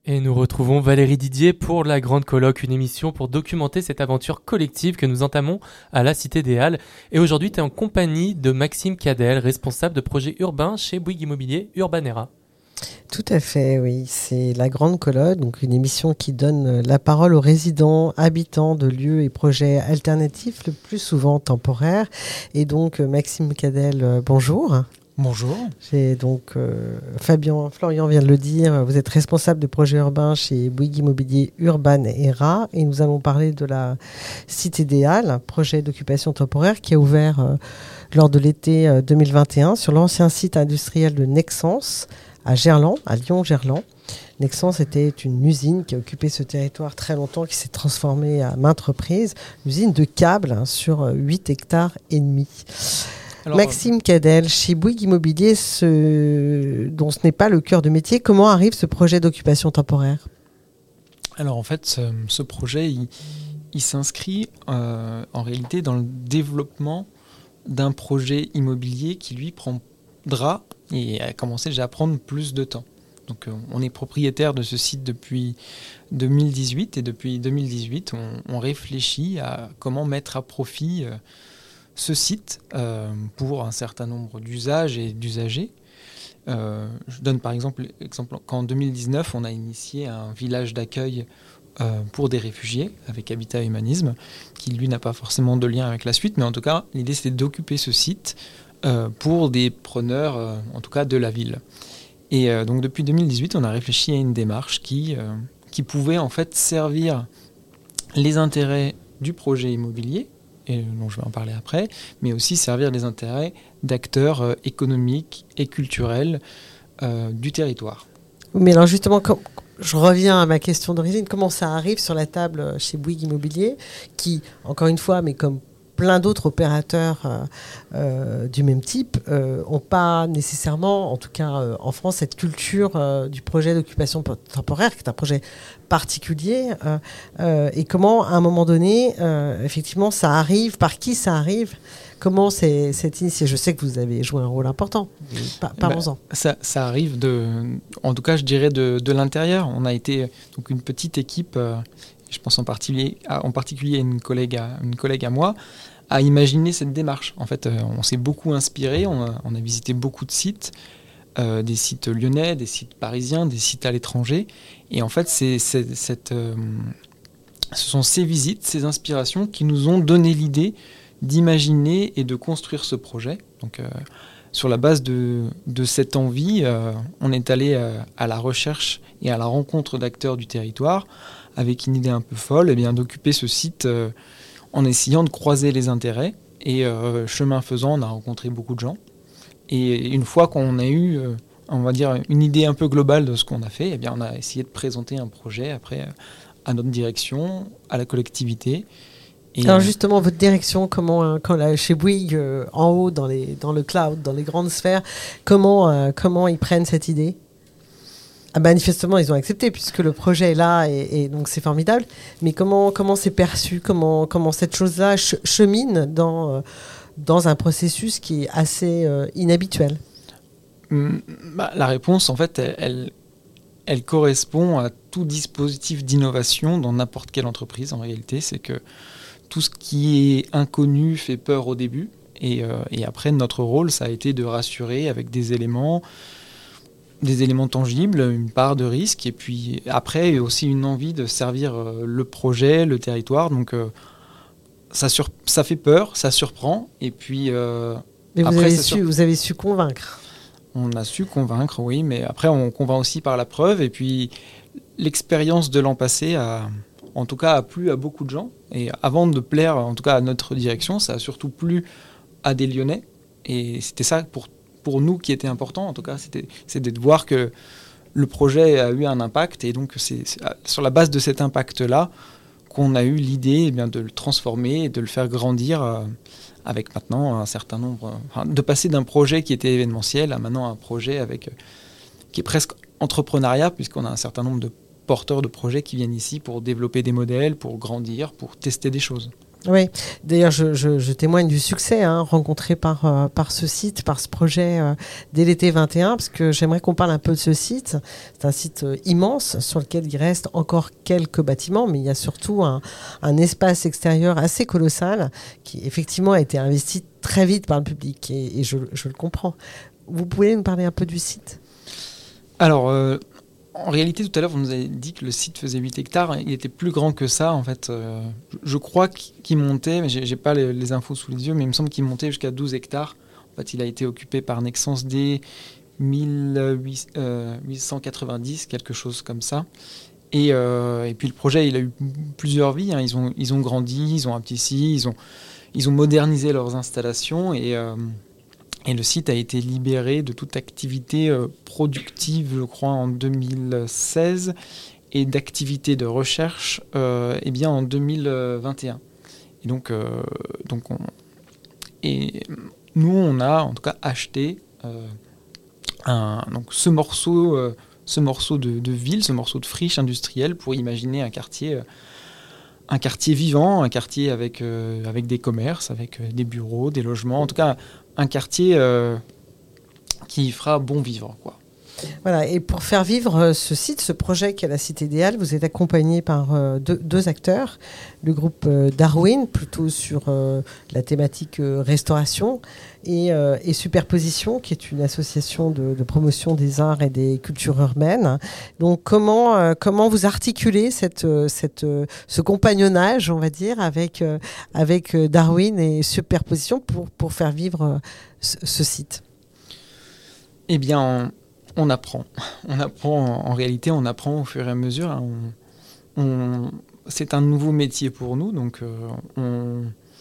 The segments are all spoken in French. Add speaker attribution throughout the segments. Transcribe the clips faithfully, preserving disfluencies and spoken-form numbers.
Speaker 1: Et nous retrouvons Valérie Didier pour La Grande Coloc, une émission pour documenter cette aventure collective que nous entamons à la Cité des Halles. Et aujourd'hui, tu es en compagnie de Maxime Cadel, responsable de projet urbain chez Bouygues Immobilier Urbanera.
Speaker 2: Tout à fait, oui. C'est La Grande Coloc, donc une émission qui donne la parole aux résidents, habitants de lieux et projets alternatifs, le plus souvent temporaires. Et donc, Maxime Cadel, bonjour.
Speaker 3: Bonjour.
Speaker 2: J'ai donc euh, Fabien, Florian vient de le dire, vous êtes responsable de projet urbain chez Bouygues Immobilier Urbanera et nous allons parler de la Cité des Halles, projet d'occupation temporaire qui a ouvert euh, lors de l'été euh, deux mille vingt et un sur l'ancien site industriel de Nexans à Gerland, à Lyon-Gerland. Nexans était une usine qui a occupé ce territoire très longtemps, qui s'est transformée à maintes reprises, une usine de câbles hein, sur huit hectares et demi. Alors, Maxime Cadel, chez Bouygues Immobilier, ce... dont ce n'est pas le cœur de métier, comment arrive ce projet d'occupation temporaire ?
Speaker 3: Alors en fait, ce, ce projet, il, il s'inscrit euh, en réalité dans le développement d'un projet immobilier qui lui prendra et a commencé déjà à prendre plus de temps. Donc euh, on est propriétaire de ce site depuis deux mille dix-huit et depuis deux mille dix-huit, on, on réfléchit à comment mettre à profit euh, ce site euh, pour un certain nombre d'usages et d'usagers. Euh, je donne par exemple l'exemple qu'en deux mille dix-neuf, on a initié un village d'accueil euh, pour des réfugiés avec Habitat Humanisme, qui lui n'a pas forcément de lien avec la suite, mais en tout cas, l'idée c'était d'occuper ce site euh, pour des preneurs, euh, en tout cas de la ville. Et euh, donc depuis deux mille dix-huit, on a réfléchi à une démarche qui, euh, qui pouvait en fait servir les intérêts du projet immobilier, et dont je vais en parler après, mais aussi servir les intérêts d'acteurs euh, économiques et culturels euh, du territoire.
Speaker 2: Mais alors justement, quand je reviens à ma question d'origine, comment ça arrive sur la table chez Bouygues Immobilier, qui, encore une fois, mais comme plein d'autres opérateurs euh, euh, du même type, n'ont euh, pas nécessairement, en tout cas euh, en France, cette culture euh, du projet d'occupation temporaire, qui est un projet particulier. Euh, euh, et comment, à un moment donné, euh, effectivement, ça arrive, par qui ça arrive, comment c'est, c'est initié ? Je sais que vous avez joué un rôle important. Pa- parlons-en.
Speaker 3: Ben, ça, ça arrive, de, en tout cas, je dirais, de, de l'intérieur. On a été donc, une petite équipe... Euh, je pense en particulier à, en particulier à une collègue à, une collègue à moi, à imaginer cette démarche. En fait, euh, on s'est beaucoup inspiré, on a, on a visité beaucoup de sites, euh, des sites lyonnais, des sites parisiens, des sites à l'étranger. Et en fait, c'est, c'est, cette, euh, ce sont ces visites, ces inspirations qui nous ont donné l'idée d'imaginer et de construire ce projet. Donc, euh, sur la base de, de cette envie, euh, on est allé euh, à la recherche et à la rencontre d'acteurs du territoire, avec une idée un peu folle, eh bien, d'occuper ce site euh, en essayant de croiser les intérêts. Et euh, chemin faisant, on a rencontré beaucoup de gens. Et une fois qu'on a eu, euh, on va dire, une idée un peu globale de ce qu'on a fait, eh bien, on a essayé de présenter un projet après euh, à notre direction, à la collectivité.
Speaker 2: Et alors justement, votre direction, comment, euh, quand là, chez Bouygues, euh, en haut, dans, les, dans le cloud, dans les grandes sphères, comment, euh, comment ils prennent cette idée ? Ah, manifestement, ils ont accepté puisque le projet est là et, et donc c'est formidable. Mais comment, comment c'est perçu ? Comment, comment cette chose-là ch- chemine dans, euh, dans un processus qui est assez euh, inhabituel ?
Speaker 3: Mmh, bah, la réponse, en fait, elle, elle, elle correspond à tout dispositif d'innovation dans n'importe quelle entreprise. En réalité, c'est que tout ce qui est inconnu fait peur au début. Et, euh, et après, notre rôle, ça a été de rassurer avec des éléments... des éléments tangibles, une part de risque, et puis après aussi une envie de servir euh, le projet, le territoire. Donc euh, ça, sur, ça fait peur, ça surprend, et puis euh,
Speaker 2: mais vous,
Speaker 3: après,
Speaker 2: avez
Speaker 3: ça
Speaker 2: su,
Speaker 3: sur...
Speaker 2: vous avez su convaincre.
Speaker 3: On a su convaincre, oui, mais après on convainc aussi par la preuve, et puis l'expérience de l'an passé a, en tout cas, a plu à beaucoup de gens, et avant de plaire, en tout cas à notre direction, ça a surtout plu à des Lyonnais, et c'était ça pour pour nous qui était important, en tout cas, c'était, c'était de voir que le projet a eu un impact, et donc c'est, c'est sur la base de cet impact-là qu'on a eu l'idée eh bien, de le transformer et de le faire grandir euh, avec maintenant un certain nombre... Enfin, de passer d'un projet qui était événementiel à maintenant un projet avec, euh, qui est presque entrepreneuriat, puisqu'on a un certain nombre de porteurs de projets qui viennent ici pour développer des modèles, pour grandir, pour tester des choses.
Speaker 2: Oui, d'ailleurs, je, je, je témoigne du succès hein, rencontré par, euh, par ce site, par ce projet euh, dès l'été vingt et un, parce que j'aimerais qu'on parle un peu de ce site. C'est un site euh, immense sur lequel il reste encore quelques bâtiments, mais il y a surtout un, un espace extérieur assez colossal qui effectivement a été investi très vite par le public, et, et je, je le comprends. Vous pouvez nous parler un peu du site ?
Speaker 3: Alors, euh, en réalité, tout à l'heure, vous nous avez dit que le site faisait huit hectares. Il était plus grand que ça, en fait. Euh, je crois qu'il montait, mais j'ai, j'ai pas les, les infos sous les yeux, mais il me semble qu'il montait jusqu'à douze hectares. En fait, il a été occupé par Nexans dès mille huit cent quatre-vingt-dix, quelque chose comme ça. Et, euh, et puis le projet, il a eu plusieurs vies. Hein. Ils ont, ils ont grandi, ils ont apétissé, ils ont, ils ont modernisé leurs installations et... Euh, Et le site a été libéré de toute activité euh, productive, je crois, en deux mille seize et d'activité de recherche euh, eh bien, en deux mille vingt et un. Et donc, euh, donc on, et nous, on a en tout cas acheté euh, un, donc ce morceau, euh, ce morceau de, de ville, ce morceau de friche industrielle pour imaginer un quartier, euh, un quartier vivant, un quartier avec, euh, avec des commerces, avec euh, des bureaux, des logements, en tout cas un quartier euh, qui fera bon vivre, quoi.
Speaker 2: Voilà, et pour faire vivre ce site, ce projet qui est la Cité Idéale, vous êtes accompagné par euh, deux, deux acteurs. Le groupe euh, Darwin, plutôt sur euh, la thématique euh, restauration, et, euh, et Superposition, qui est une association de, de promotion des arts et des cultures urbaines. Donc comment, euh, comment vous articulez cette, cette, ce compagnonnage, on va dire, avec, euh, avec Darwin et Superposition pour, pour faire vivre euh, ce, ce site ?
Speaker 3: Eh bien, on... On apprend. On apprend, en réalité, on apprend au fur et à mesure. On, on, c'est un nouveau métier pour nous, donc euh, on,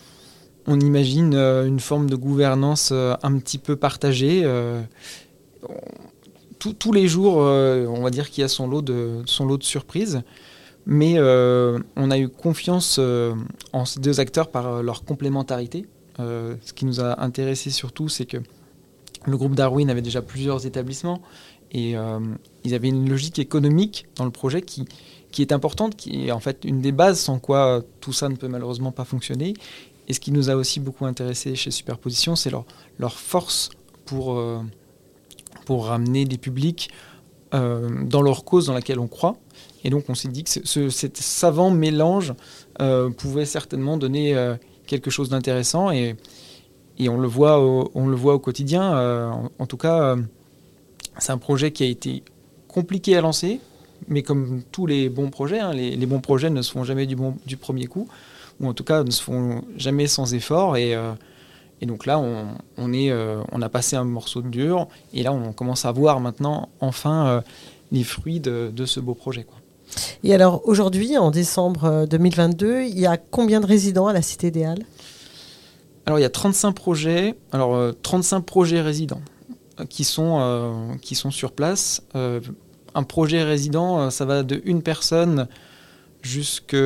Speaker 3: on imagine euh, une forme de gouvernance euh, un petit peu partagée. Euh, on, tout, tous les jours, euh, on va dire qu'il y a son lot de, son lot de surprises, mais euh, on a eu confiance euh, en ces deux acteurs par leur complémentarité. Euh, ce qui nous a intéressé surtout, c'est que le groupe Darwin avait déjà plusieurs établissements et euh, ils avaient une logique économique dans le projet qui, qui est importante, qui est en fait une des bases sans quoi tout ça ne peut malheureusement pas fonctionner. Et ce qui nous a aussi beaucoup intéressé chez Superposition, c'est leur, leur force pour, euh, pour ramener des publics euh, dans leur cause dans laquelle on croit. Et donc on s'est dit que ce, ce cet savant mélange euh, pouvait certainement donner euh, quelque chose d'intéressant et Et on le voit au, on le voit au quotidien. Euh, en, en tout cas, euh, c'est un projet qui a été compliqué à lancer, mais comme tous les bons projets, hein, les, les bons projets ne se font jamais du, bon, du premier coup, ou en tout cas ne se font jamais sans effort. Et, euh, et donc là, on, on, est, euh, on a passé un morceau de dur, et là, on commence à voir maintenant, enfin, euh, les fruits de, de ce beau projet, quoi.
Speaker 2: Et alors, aujourd'hui, en décembre deux mille vingt-deux, il y a combien de résidents à la Cité Idéale ?
Speaker 3: Alors, il y a trente-cinq projets, alors, euh, trente-cinq projets résidents euh, qui, sont, euh, qui sont sur place. Euh, un projet résident, euh, ça va de une personne jusqu'à,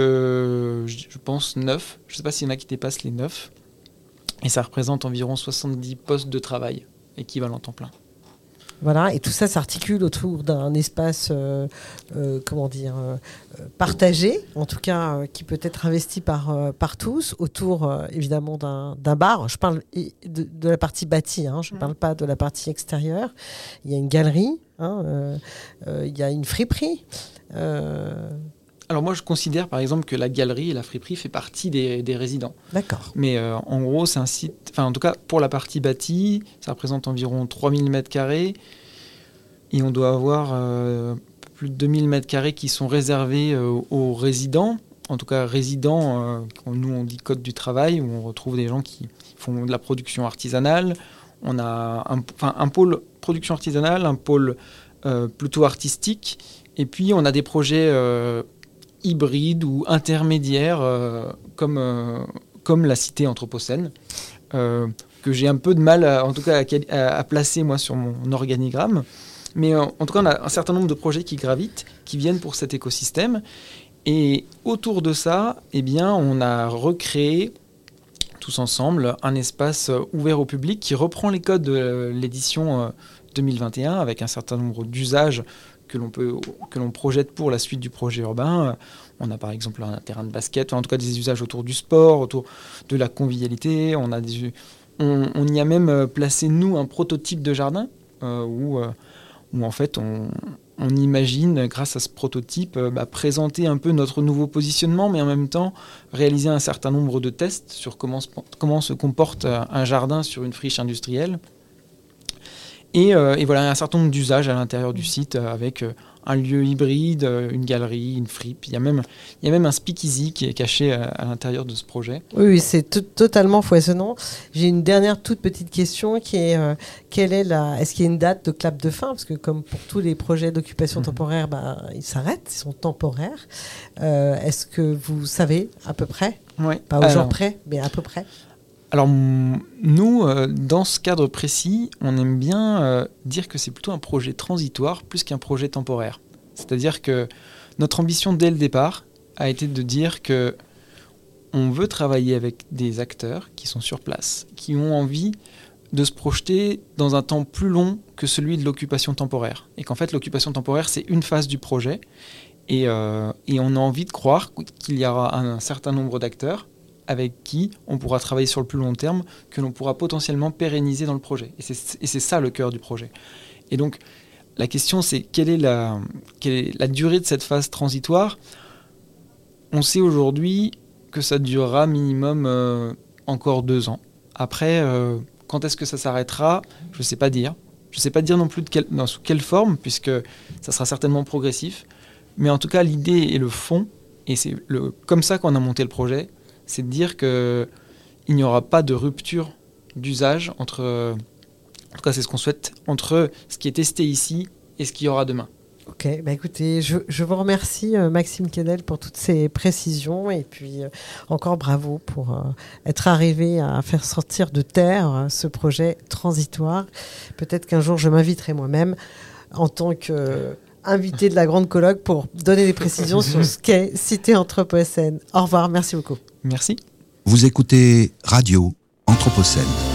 Speaker 3: je pense, neuf. Je ne sais pas s'il y en a qui dépassent les neuf. Et ça représente environ soixante-dix postes de travail équivalent temps plein.
Speaker 2: Voilà, et tout ça s'articule autour d'un espace, euh, euh, comment dire, euh, partagé, en tout cas euh, qui peut être investi par, euh, par tous, autour euh, évidemment d'un, d'un bar. Je parle de, de la partie bâtie, hein, je ne parle pas de la partie extérieure. Il y a une galerie, hein, euh, euh, il y a une friperie. Euh...
Speaker 3: Alors moi je considère par exemple que la galerie et la friperie fait partie des, des résidents.
Speaker 2: D'accord.
Speaker 3: Mais euh, en gros c'est un site, enfin en tout cas pour la partie bâtie, ça représente environ trois mille mètres carrés et on doit avoir euh, plus de deux mille mètres carrés qui sont réservés euh, aux résidents. En tout cas résidents, euh, nous on dit code du travail, où on retrouve des gens qui font de la production artisanale. On a un, enfin, un pôle production artisanale, un pôle euh, plutôt artistique et puis on a des projets euh, hybrides ou intermédiaires euh, comme, euh, comme la cité Anthropocène, euh, que j'ai un peu de mal à, en tout cas à, à placer moi sur mon organigramme. Mais euh, en tout cas, on a un certain nombre de projets qui gravitent, qui viennent pour cet écosystème. Et autour de ça, eh bien, on a recréé tous ensemble un espace ouvert au public qui reprend les codes de l'édition deux mille vingt et un avec un certain nombre d'usages que l'on peut, que l'on projette pour la suite du projet urbain. On a par exemple un terrain de basket, en tout cas des usages autour du sport, autour de la convivialité. On, a des, on, on y a même placé, nous, un prototype de jardin euh, où, euh, où, en fait, on, on imagine, grâce à ce prototype, euh, bah, présenter un peu notre nouveau positionnement, mais en même temps réaliser un certain nombre de tests sur comment se, comment se comporte un jardin sur une friche industrielle. Et, euh, et voilà, un certain nombre d'usages à l'intérieur du site euh, avec euh, un lieu hybride, euh, une galerie, une fripe. Il y a même, il y a même un speakeasy qui est caché à, à l'intérieur de ce projet.
Speaker 2: Oui, oui, c'est t- totalement foisonnant. J'ai une dernière toute petite question qui est, euh, quelle est la, est-ce qu'il y a une date de clap de fin ? Parce que comme pour tous les projets d'occupation mmh. temporaire, bah, ils s'arrêtent, ils sont temporaires. Euh, est-ce que vous savez à peu près ?
Speaker 3: Oui.
Speaker 2: Pas au Alors... jour près, mais à peu près.
Speaker 3: Alors nous, euh, dans ce cadre précis, on aime bien euh, dire que c'est plutôt un projet transitoire plus qu'un projet temporaire. C'est-à-dire que notre ambition dès le départ a été de dire que on veut travailler avec des acteurs qui sont sur place, qui ont envie de se projeter dans un temps plus long que celui de l'occupation temporaire. Et qu'en fait, l'occupation temporaire, c'est une phase du projet. Et, euh, et on a envie de croire qu'il y aura un, un certain nombre d'acteurs avec qui on pourra travailler sur le plus long terme, que l'on pourra potentiellement pérenniser dans le projet. Et c'est, et c'est ça le cœur du projet. Et donc, la question, c'est quelle est la, quelle est la durée de cette phase transitoire ? On sait aujourd'hui que ça durera minimum euh, encore deux ans. Après, euh, quand est-ce que ça s'arrêtera ? Je ne sais pas dire. Je ne sais pas dire non plus de quelle, non, sous quelle forme, puisque ça sera certainement progressif. Mais en tout cas, l'idée et le fond, et c'est le, comme ça qu'on a monté le projet, c'est de dire qu'il n'y aura pas de rupture d'usage entre, en tout cas c'est ce qu'on souhaite, entre ce qui est testé ici et ce qu'il y aura demain.
Speaker 2: Ok, bah écoutez, je, je vous remercie euh, Maxime Cadel pour toutes ces précisions et puis euh, encore bravo pour euh, être arrivé à faire sortir de terre euh, ce projet transitoire. Peut-être qu'un jour je m'inviterai moi-même en tant que... Euh, invité de la grande colloque pour donner des précisions sur ce qu'est Cité Anthropocène. Au revoir, merci beaucoup.
Speaker 3: Merci.
Speaker 4: Vous écoutez Radio Anthropocène.